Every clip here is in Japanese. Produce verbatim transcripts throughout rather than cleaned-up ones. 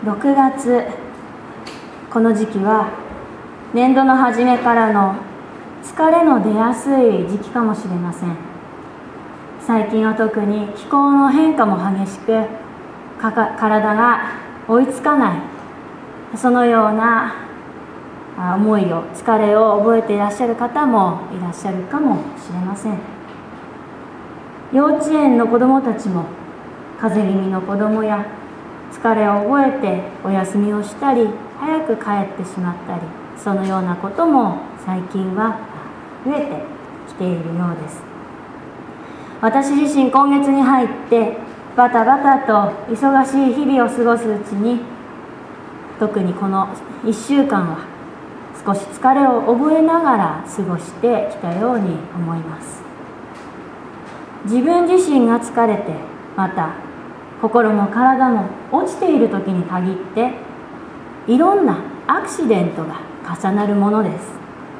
ろくがつ、この時期は年度の初めからの疲れの出やすい時期かもしれません。最近は特に気候の変化も激しく、かか体が追いつかない、そのような思いを、疲れを覚えていらっしゃる方もいらっしゃるかもしれません。幼稚園の子どもたちも風邪気味の子どもや疲れを覚えてお休みをしたり、早く帰ってしまったり、そのようなことも最近は増えてきているようです。私自身、今月に入ってバタバタと忙しい日々を過ごすうちに、特にこのいっしゅうかんは少し疲れを覚えながら過ごしてきたように思います。自分自身が疲れて、また心も体も落ちている時に限って、いろんなアクシデントが重なるものです。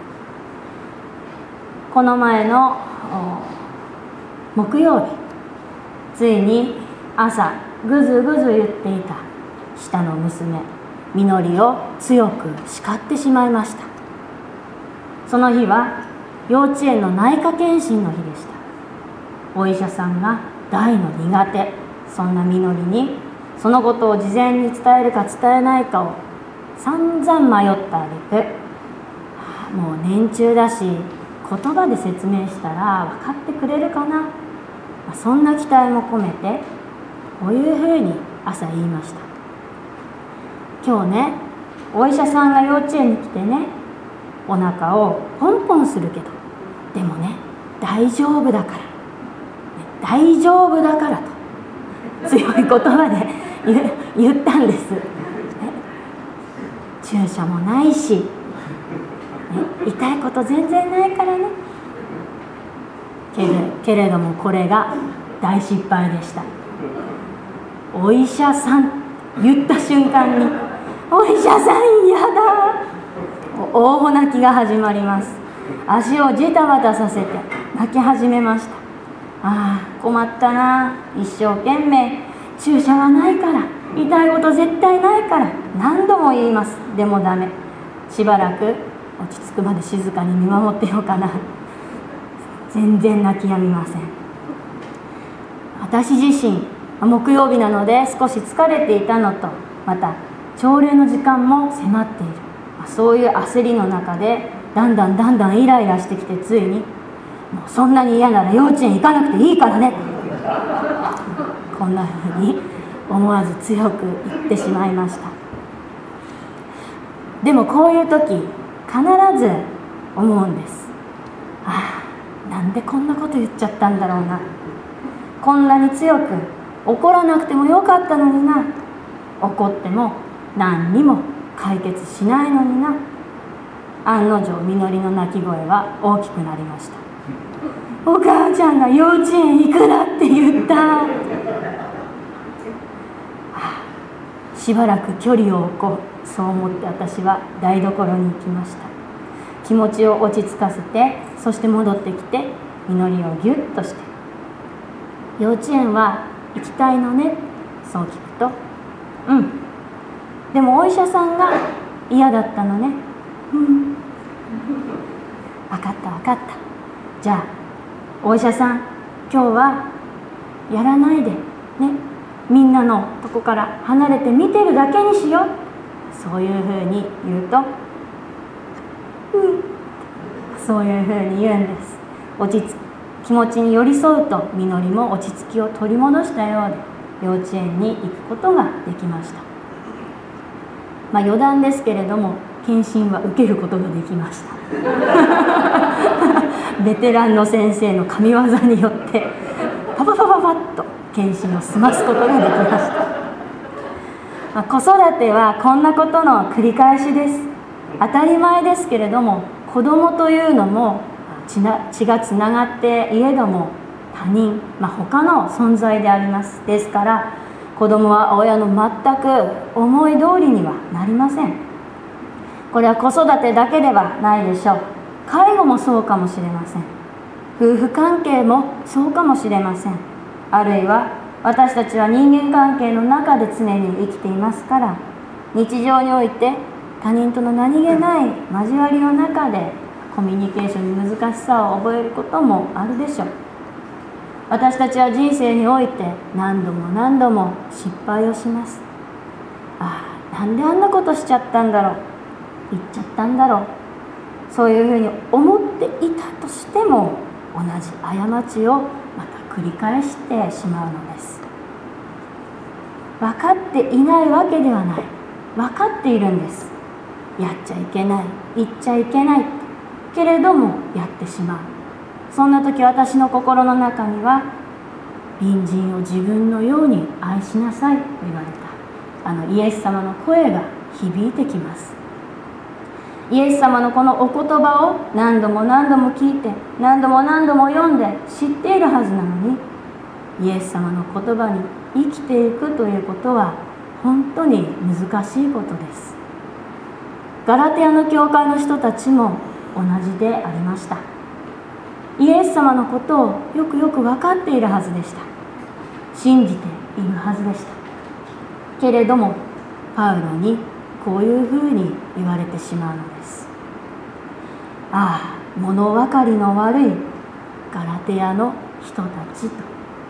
この前の木曜日、ついに朝ぐずぐず言っていた下の娘みのりを強く叱ってしまいました。その日は幼稚園の内科検診の日でした。お医者さんが大の苦手、そんなみのりにそのことを事前に伝えるか伝えないかを散々迷ったあげく、もう年中だし言葉で説明したら分かってくれるかな、そんな期待も込めてこういうふうに朝言いました。今日ね、お医者さんが幼稚園に来てね、お腹をポンポンするけど、でもね、大丈夫だから、ね、大丈夫だからと強い言葉で言ったんです。注射もないし、ね、痛いこと全然ないからね。けれ、けれどもこれが大失敗でした。お医者さん言った瞬間に、お医者さん嫌だ、大ほ泣きが始まります。足をジタバタさせて泣き始めました。ああ、困ったな、一生懸命注射はないから、痛いこと絶対ないから何度も言います。でもダメ。しばらく落ち着くまで静かに見守ってようかな。全然泣き止みません。私自身、木曜日なので少し疲れていたのと、また朝礼の時間も迫っている、そういう焦りの中でだんだんだんだんイライラしてきて、ついにもうそんなに嫌なら幼稚園行かなくていいからね、こんなふうに思わず強く言ってしまいました。でもこういう時必ず思うんです。ああ、なんでこんなこと言っちゃったんだろうな、こんなに強く怒らなくてもよかったのにな、怒っても何にも解決しないのにな。案の定みのりの泣き声は大きくなりました。お母ちゃんが幼稚園行くなって言った。はあ、しばらく距離を置こう、そう思って私は台所に行きました。気持ちを落ち着かせて、そして戻ってきてみのりをギュッとして、幼稚園は行きたいのね、そう聞くと、うん、でもお医者さんが嫌だったのね、うん、分かった分かった、じゃあお医者さん今日はやらないでね、みんなのとこから離れて見てるだけにしよう、そういうふうに言うと、うん、そういうふうに言うんです。落ち着気持ちに寄り添うと、みのりも落ち着きを取り戻したようで幼稚園に行くことができました。まあ余談ですけれども、検診は受けることができましたベテランの先生の神業によってパパパパパッと検診を済ますことができました。まあ、子育てはこんなことの繰り返しです。当たり前ですけれども、子供というのも血な血がつながっていえども他人、まあ、他の存在であります。ですから子供は親の全く思い通りにはなりません。これは子育てだけではないでしょう。介護もそうかもしれません。夫婦関係もそうかもしれません。あるいは私たちは人間関係の中で常に生きていますから、 日常において他人との何気ない交わりの中でコミュニケーションに難しさを覚えることもあるでしょう。私たちは人生において何度も何度も失敗をします。ああ、なんであんなことしちゃったんだろう、言っちゃったんだろう、そういうふうに思っていたとしても同じ過ちをまた繰り返してしまうのです。分かっていないわけではない。分かっているんです。やっちゃいけない、言っちゃいけないけれどもやってしまう。そんな時、私の心の中には隣人を自分のように愛しなさいと言われたあのイエス様の声が響いてきます。イエス様のこのお言葉を何度も何度も聞いて、何度も何度も読んで知っているはずなのに、イエス様の言葉に生きていくということは本当に難しいことです。ガラテヤの教会の人たちも同じでありました。イエス様のことをよくよく分かっているはずでした。信じているはずでした。けれどもパウロにこういうふうに言われてしまうのです。ああ、物分かりの悪いガラテヤの人たちと。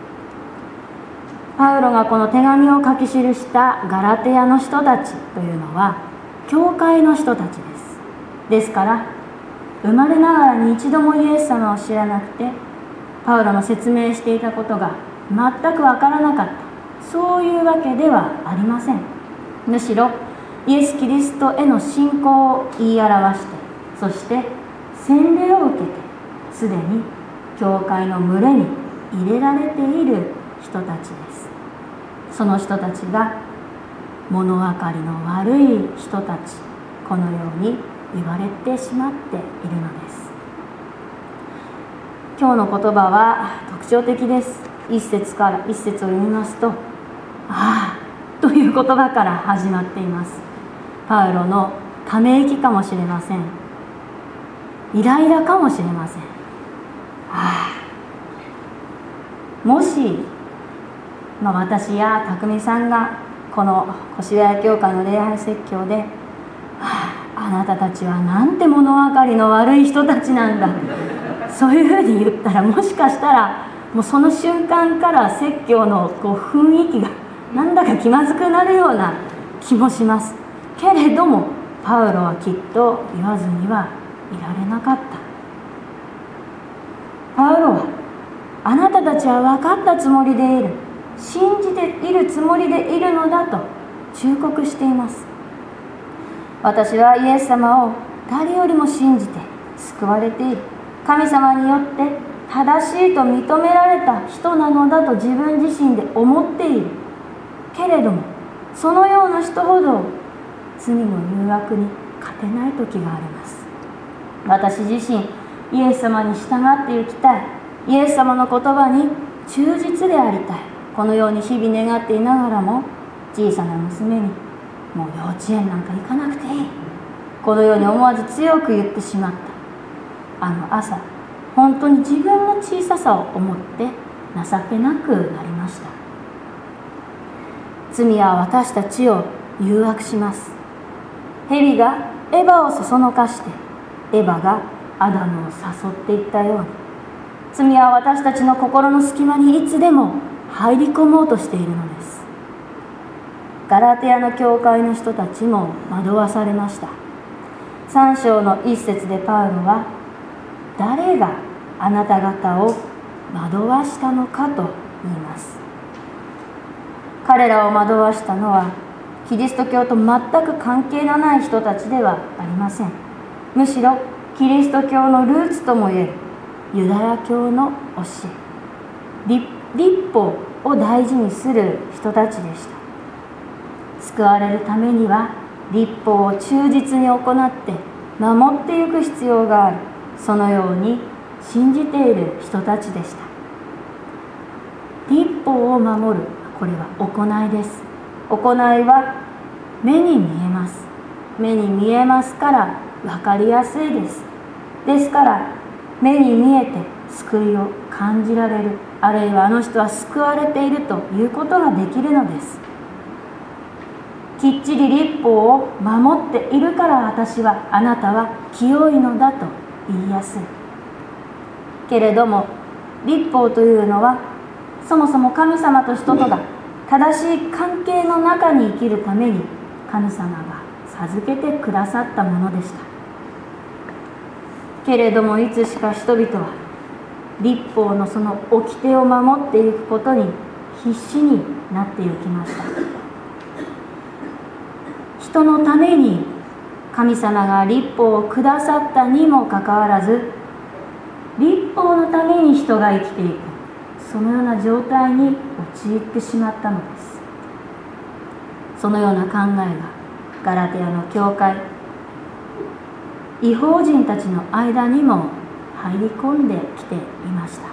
パウロがこの手紙を書き記したガラテヤの人たちというのは教会の人たちです。ですから生まれながらに一度もイエス様を知らなくて、パウロの説明していたことが全くわからなかった、そういうわけではありません。むしろイエス・キリストへの信仰を言い表して、そして洗礼を受けてすでに教会の群れに入れられている人たちです。その人たちが物分かりの悪い人たち、このように言われてしまっているのです。今日の言葉は特徴的です。一節から一節を読みますと、ああという言葉から始まっています。パウロのため息かもしれません。イライラかもしれません。ああ、もし、まあ、私や匠さんがこの越谷教会の礼拝説教で、あああなたたちはなんて物分かりの悪い人たちなんだ、そういうふうに言ったら、もしかしたらもうその瞬間から説教のこう雰囲気がなんだか気まずくなるような気もします。けれどもパウロはきっと言わずにはいられなかった。パウロはあなたたちは分かったつもりでいる、信じているつもりでいるのだと忠告しています。私はイエス様を誰よりも信じて救われている、神様によって正しいと認められた人なのだと自分自身で思っている。けれどもそのような人ほど罪の誘惑に勝てない時があります。私自身イエス様に従っていきたい、イエス様の言葉に忠実でありたい、このように日々願っていながらも、小さな娘にもう幼稚園なんか行かなくていい、このように思わず強く言ってしまった。あの朝、本当に自分の小ささを思って情けなくなりました。罪は私たちを誘惑します。蛇がエバをそそのかしてエバがアダムを誘っていったように、罪は私たちの心の隙間にいつでも入り込もうとしているのです。ガラテヤの教会の人たちも惑わされました。さん章の一節でパウロは、誰があなた方を惑わしたのかと言います。彼らを惑わしたのはキリスト教と全く関係のない人たちではありません。むしろキリスト教のルーツともいえるユダヤ教の教え、立法を大事にする人たちでした。救われるためには立法を忠実に行って守っていく必要がある、そのように信じている人たちでした。立法を守る、これは行いです。行いは目に見えます。目に見えますから分かりやすいです。ですから目に見えて救いを感じられる、あるいはあの人は救われているということができるのです。 きっちり律法を守っているから私はあなたは清いのだと言いやすい。けれども律法というのはそもそも神様と人とが正しい関係の中に生きるために神様が授けてくださったものでした。けれどもいつしか人々は律法のその掟を守っていくことに必死になっていきました。人のために神様が律法をくださったにもかかわらず、律法のために人が生きていく、そのような状態に陥ってしまったのです。そのような考えがガラテヤの教会、異邦人たちの間にも入り込んできていました。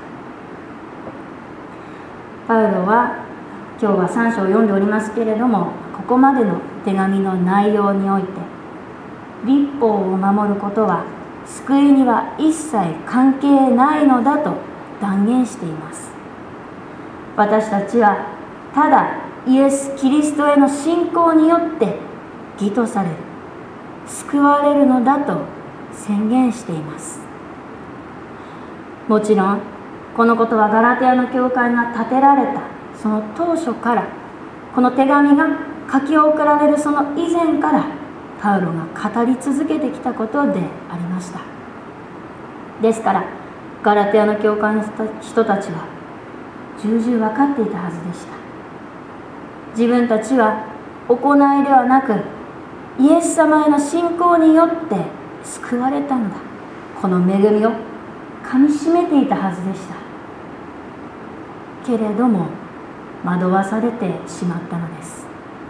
パウロは今日はさん章を読んでおりますけれども、ここまでの手紙の内容において律法を守ることは救いには一切関係ないのだと断言しています。私たちはただイエス・キリストへの信仰によって義とされる、救われるのだと宣言しています。もちろんこのことはガラテヤの教会が建てられたその当初から、この手紙が書き送られるその以前からパウロが語り続けてきたことでありました。ですからガラテヤの教会の人たちは重々分かっていたはずでした。自分たちは行いではなくイエス様への信仰によって救われたのだ、この恵みをかみしめていたはずでした。けれども惑わされてしまったのです。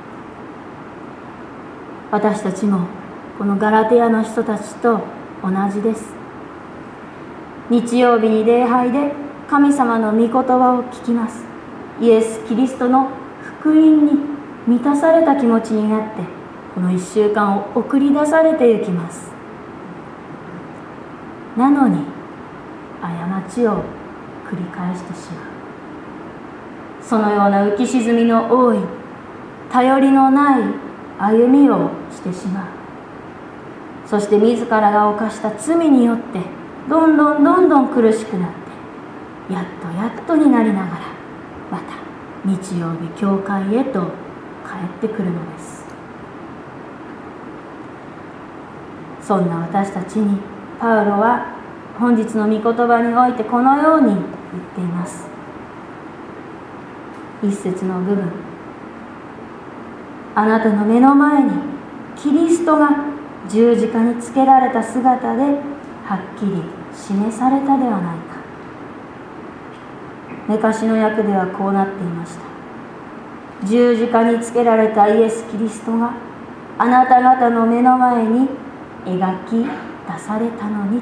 私たちもこのガラテヤの人たちと同じです。日曜日に礼拝で神様の御言葉を聞きます。イエス・キリストの福音に満たされた気持ちになってこの一週間を送り出されていきます。なのに過ちを繰り返してしまう。そのような浮き沈みの多い、頼りのない歩みをしてしまう。そして自らが犯した罪によってどんどんどんどん苦しくなって、やっとやっとになりながらまた日曜日教会へと帰ってくるのです。そんな私たちにパウロは本日の御言葉においてこのように言っています。一節の部分、あなたの目の前にキリストが十字架につけられた姿ではっきり示されたではないか。昔の訳ではこうなっていました。十字架につけられたイエス・キリストがあなた方の目の前に描き出されたのにと。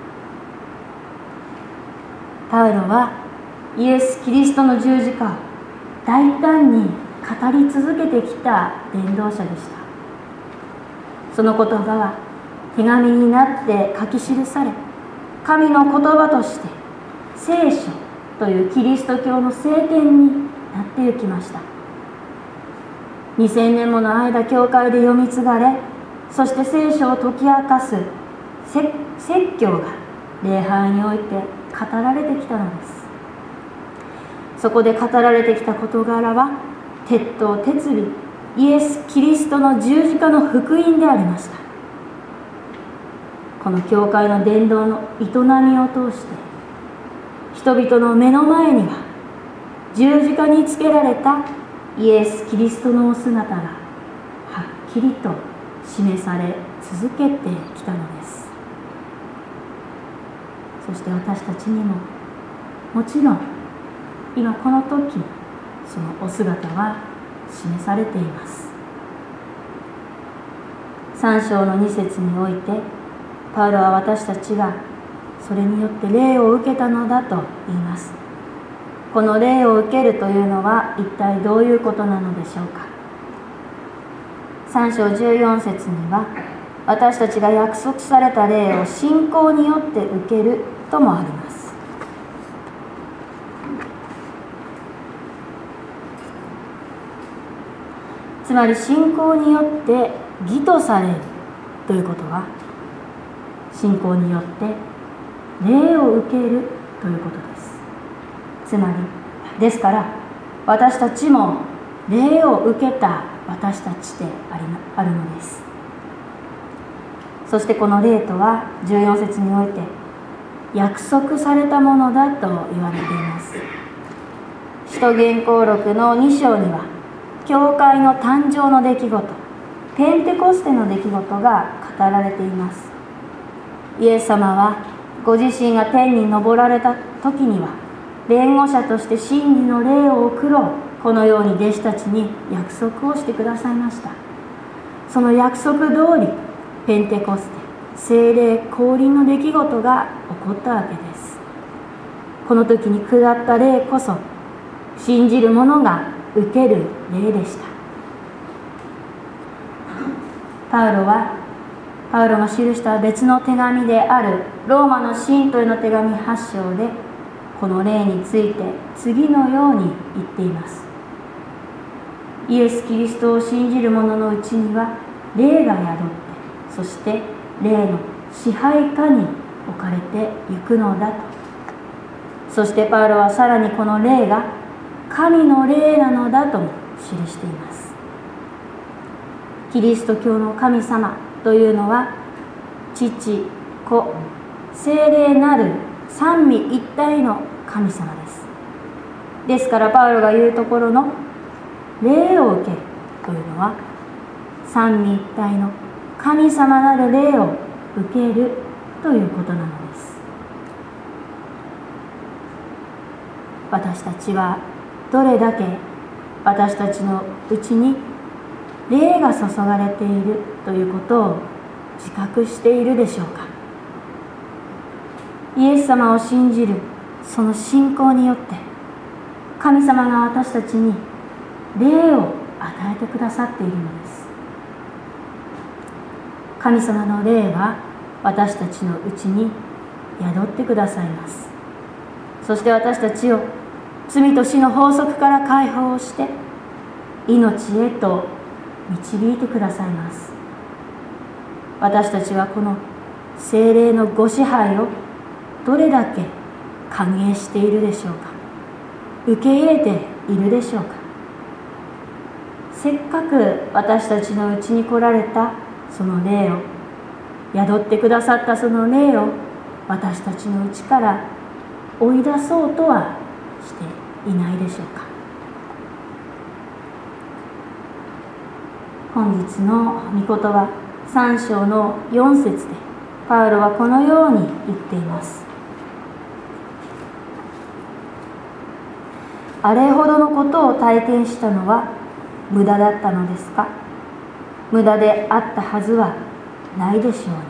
パウロはイエス・キリストの十字架を大胆に語り続けてきた伝道者でした。その言葉は手紙になって書き記され、神の言葉として聖書というキリスト教の聖典になっていきました。にせんねんもの間教会で読み継がれ、そして聖書を解き明かす説教が礼拝において語られてきたのです。そこで語られてきた事柄は鉄頭鉄尾、イエス・キリストの十字架の福音でありました。この教会の伝道の営みを通して、人々の目の前には十字架につけられたイエス・キリストのお姿がはっきりと示され続けてきたのです。そして私たちにももちろん今この時そのお姿は示されています。さん章のに節においてパウロは私たちがそれによって霊を受けたのだと言います。この霊を受けるというのは一体どういうことなのでしょうか。さん章じゅうよん節には私たちが約束された霊を信仰によって受けるともあります。 つまり信仰によって義とされるということは、信仰によって霊を受けるということです。つまりですから、私たちも霊を受けた私たちであるのです。そしてこの霊とはじゅうよん節において約束されたものだと言われています。使徒言行録のに章には、教会の誕生の出来事、ペンテコステの出来事が語られています。イエス様はご自身が天に昇られた時には、弁護者として真理の霊を送ろう、このように弟子たちに約束をしてくださいました。その約束通り、ペンテコステ、聖霊降臨の出来事が起こったわけです。この時に下った霊こそ、信じる者が受ける霊でした。パウロはパウロが記した別の手紙であるローマの信徒への手紙はち章で、この霊について次のように言っています。イエス・キリストを信じる者のうちには霊が宿って、そして霊の支配下に置かれてゆくのだと。そしてパウロはさらにこの霊が神の霊なのだとも記しています。キリスト教の神様というのは、父、子、聖霊なる三位一体の神様です。ですからパウロが言うところの霊を受けるというのは、三位一体の神様なる霊を受けるということなのです。私たちはどれだけ私たちのうちに霊が注がれているということを自覚しているでしょうか。イエス様を信じるその信仰によって、神様が私たちに霊を与えてくださっているのです。神様の霊は私たちのうちに宿ってくださいます。そして私たちを罪と死の法則から解放して命へと導いてくださいます。私たちはこの聖霊のご支配をどれだけ歓迎しているでしょうか。受け入れているでしょうか。せっかく私たちのうちに来られたその霊を、宿ってくださったその霊を私たちのうちから追い出そうとはしていないでしょうか。本日の御言葉さん章のよん節でパウロはこのように言っています。あれほどのことを体験したのは無駄だったのですか。無駄であったはずはないでしょうに。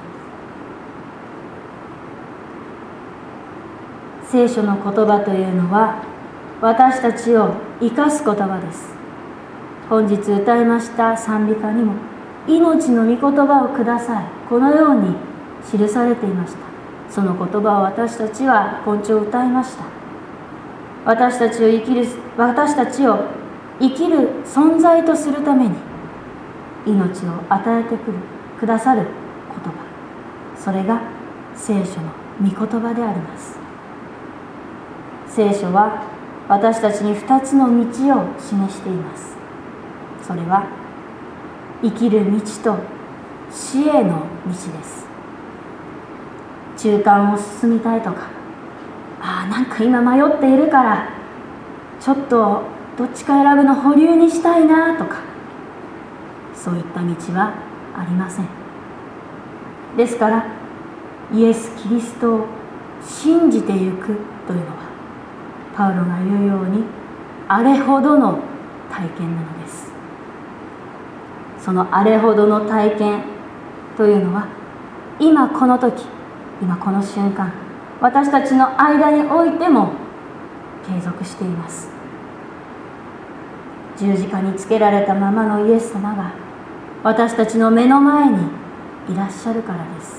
聖書の言葉というのは私たちを生かす言葉です。本日歌いました賛美歌にも、命の御言葉をください、このように記されていました。その言葉を私たちは今朝歌いました。私たちを生きる私たちを生きる存在とするために命を与えてくるくださる言葉、それが聖書の御言葉であります。聖書は私たちに二つの道を示しています。それは生きる道と死への道です。中間を進みたいとか、ああなんか今迷っているからちょっとどっちか選ぶの保留にしたいなとか、そういった道はありません。ですからイエス・キリストを信じてゆくというのは、パウロが言うようにあれほどの体験なのです。そのあれほどの体験というのは、今この時、今この瞬間、私たちの間においても継続しています。十字架につけられたままのイエス様が私たちの目の前にいらっしゃるからです。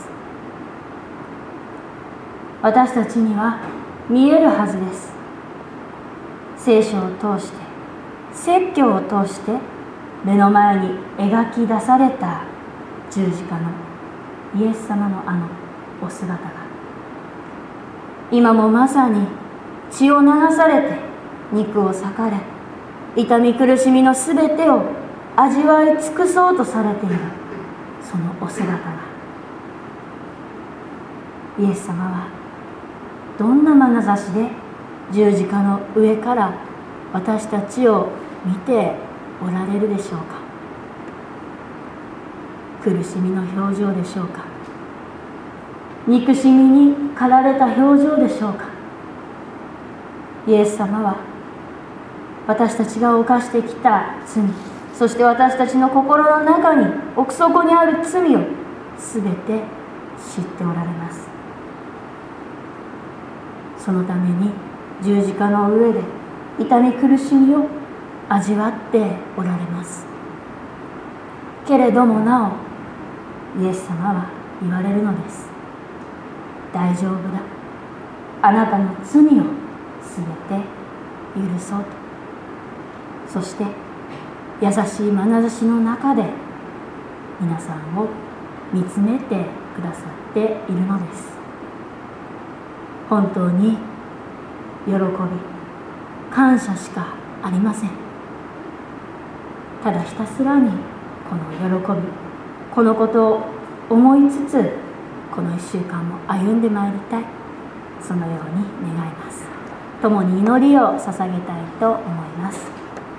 私たちには見えるはずです。聖書を通して、説教を通して目の前に描き出された十字架のイエス様のあのお姿が、今もまさに血を流されて肉を裂かれ、痛み苦しみのすべてを味わい尽くそうとされているそのお姿が、イエス様はどんな眼差しで十字架の上から私たちを見ておられるでしょうか。苦しみの表情でしょうか。憎しみに駆られた表情でしょうか。イエス様は私たちが犯してきた罪、そして私たちの心の中に奥底にある罪をすべて知っておられます。そのために十字架の上で痛み苦しみを味わっておられます。けれどもなおイエス様は言われるのです。大丈夫だ、あなたの罪をすべて許そうと。そして優しい眼差しの中で皆さんを見つめてくださっているのです。本当に喜び、感謝しかありません。ただひたすらにこの喜び、このことを思いつつ、この一週間も歩んでまいりたい、そのように願います。共に祈りを捧げたいと思います。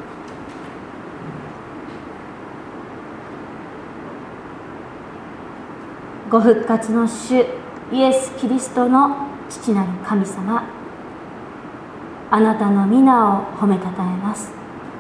ご復活の主イエス・キリストの父なる神様、あなたの皆を褒めたたえます。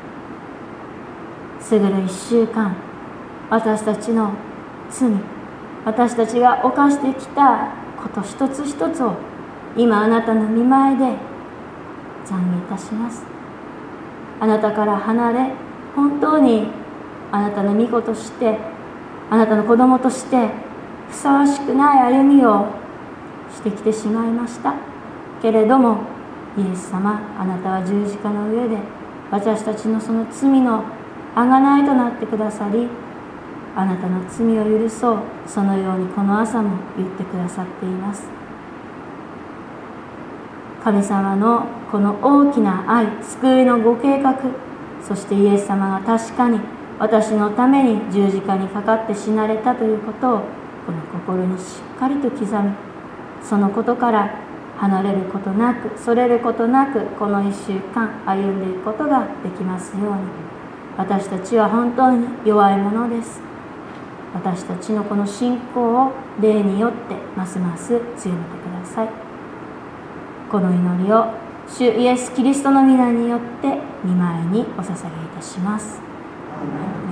すぐる一週間、私たちの罪、私たちが犯してきたこと一つ一つを今あなたの御前で懺悔いたします。あなたから離れ、本当にあなたの御子として、あなたの子供としてふさわしくない歩みをしてきてしまいました。けれどもイエス様、あなたは十字架の上で私たちのその罪の贖いとなってくださり、あなたの罪を許そう、そのようにこの朝も言ってくださっています。神様のこの大きな愛、救いのご計画、そしてイエス様が確かに私のために十字架にかかって死なれたということをこの心にしっかりと刻み、そのことから離れることなく、それることなく、この一週間歩んでいくことができますように。私たちは本当に弱いものです。私たちのこの信仰を霊によってますます強めてください。この祈りを主イエス・キリストの皆によって御前にお捧げいたします。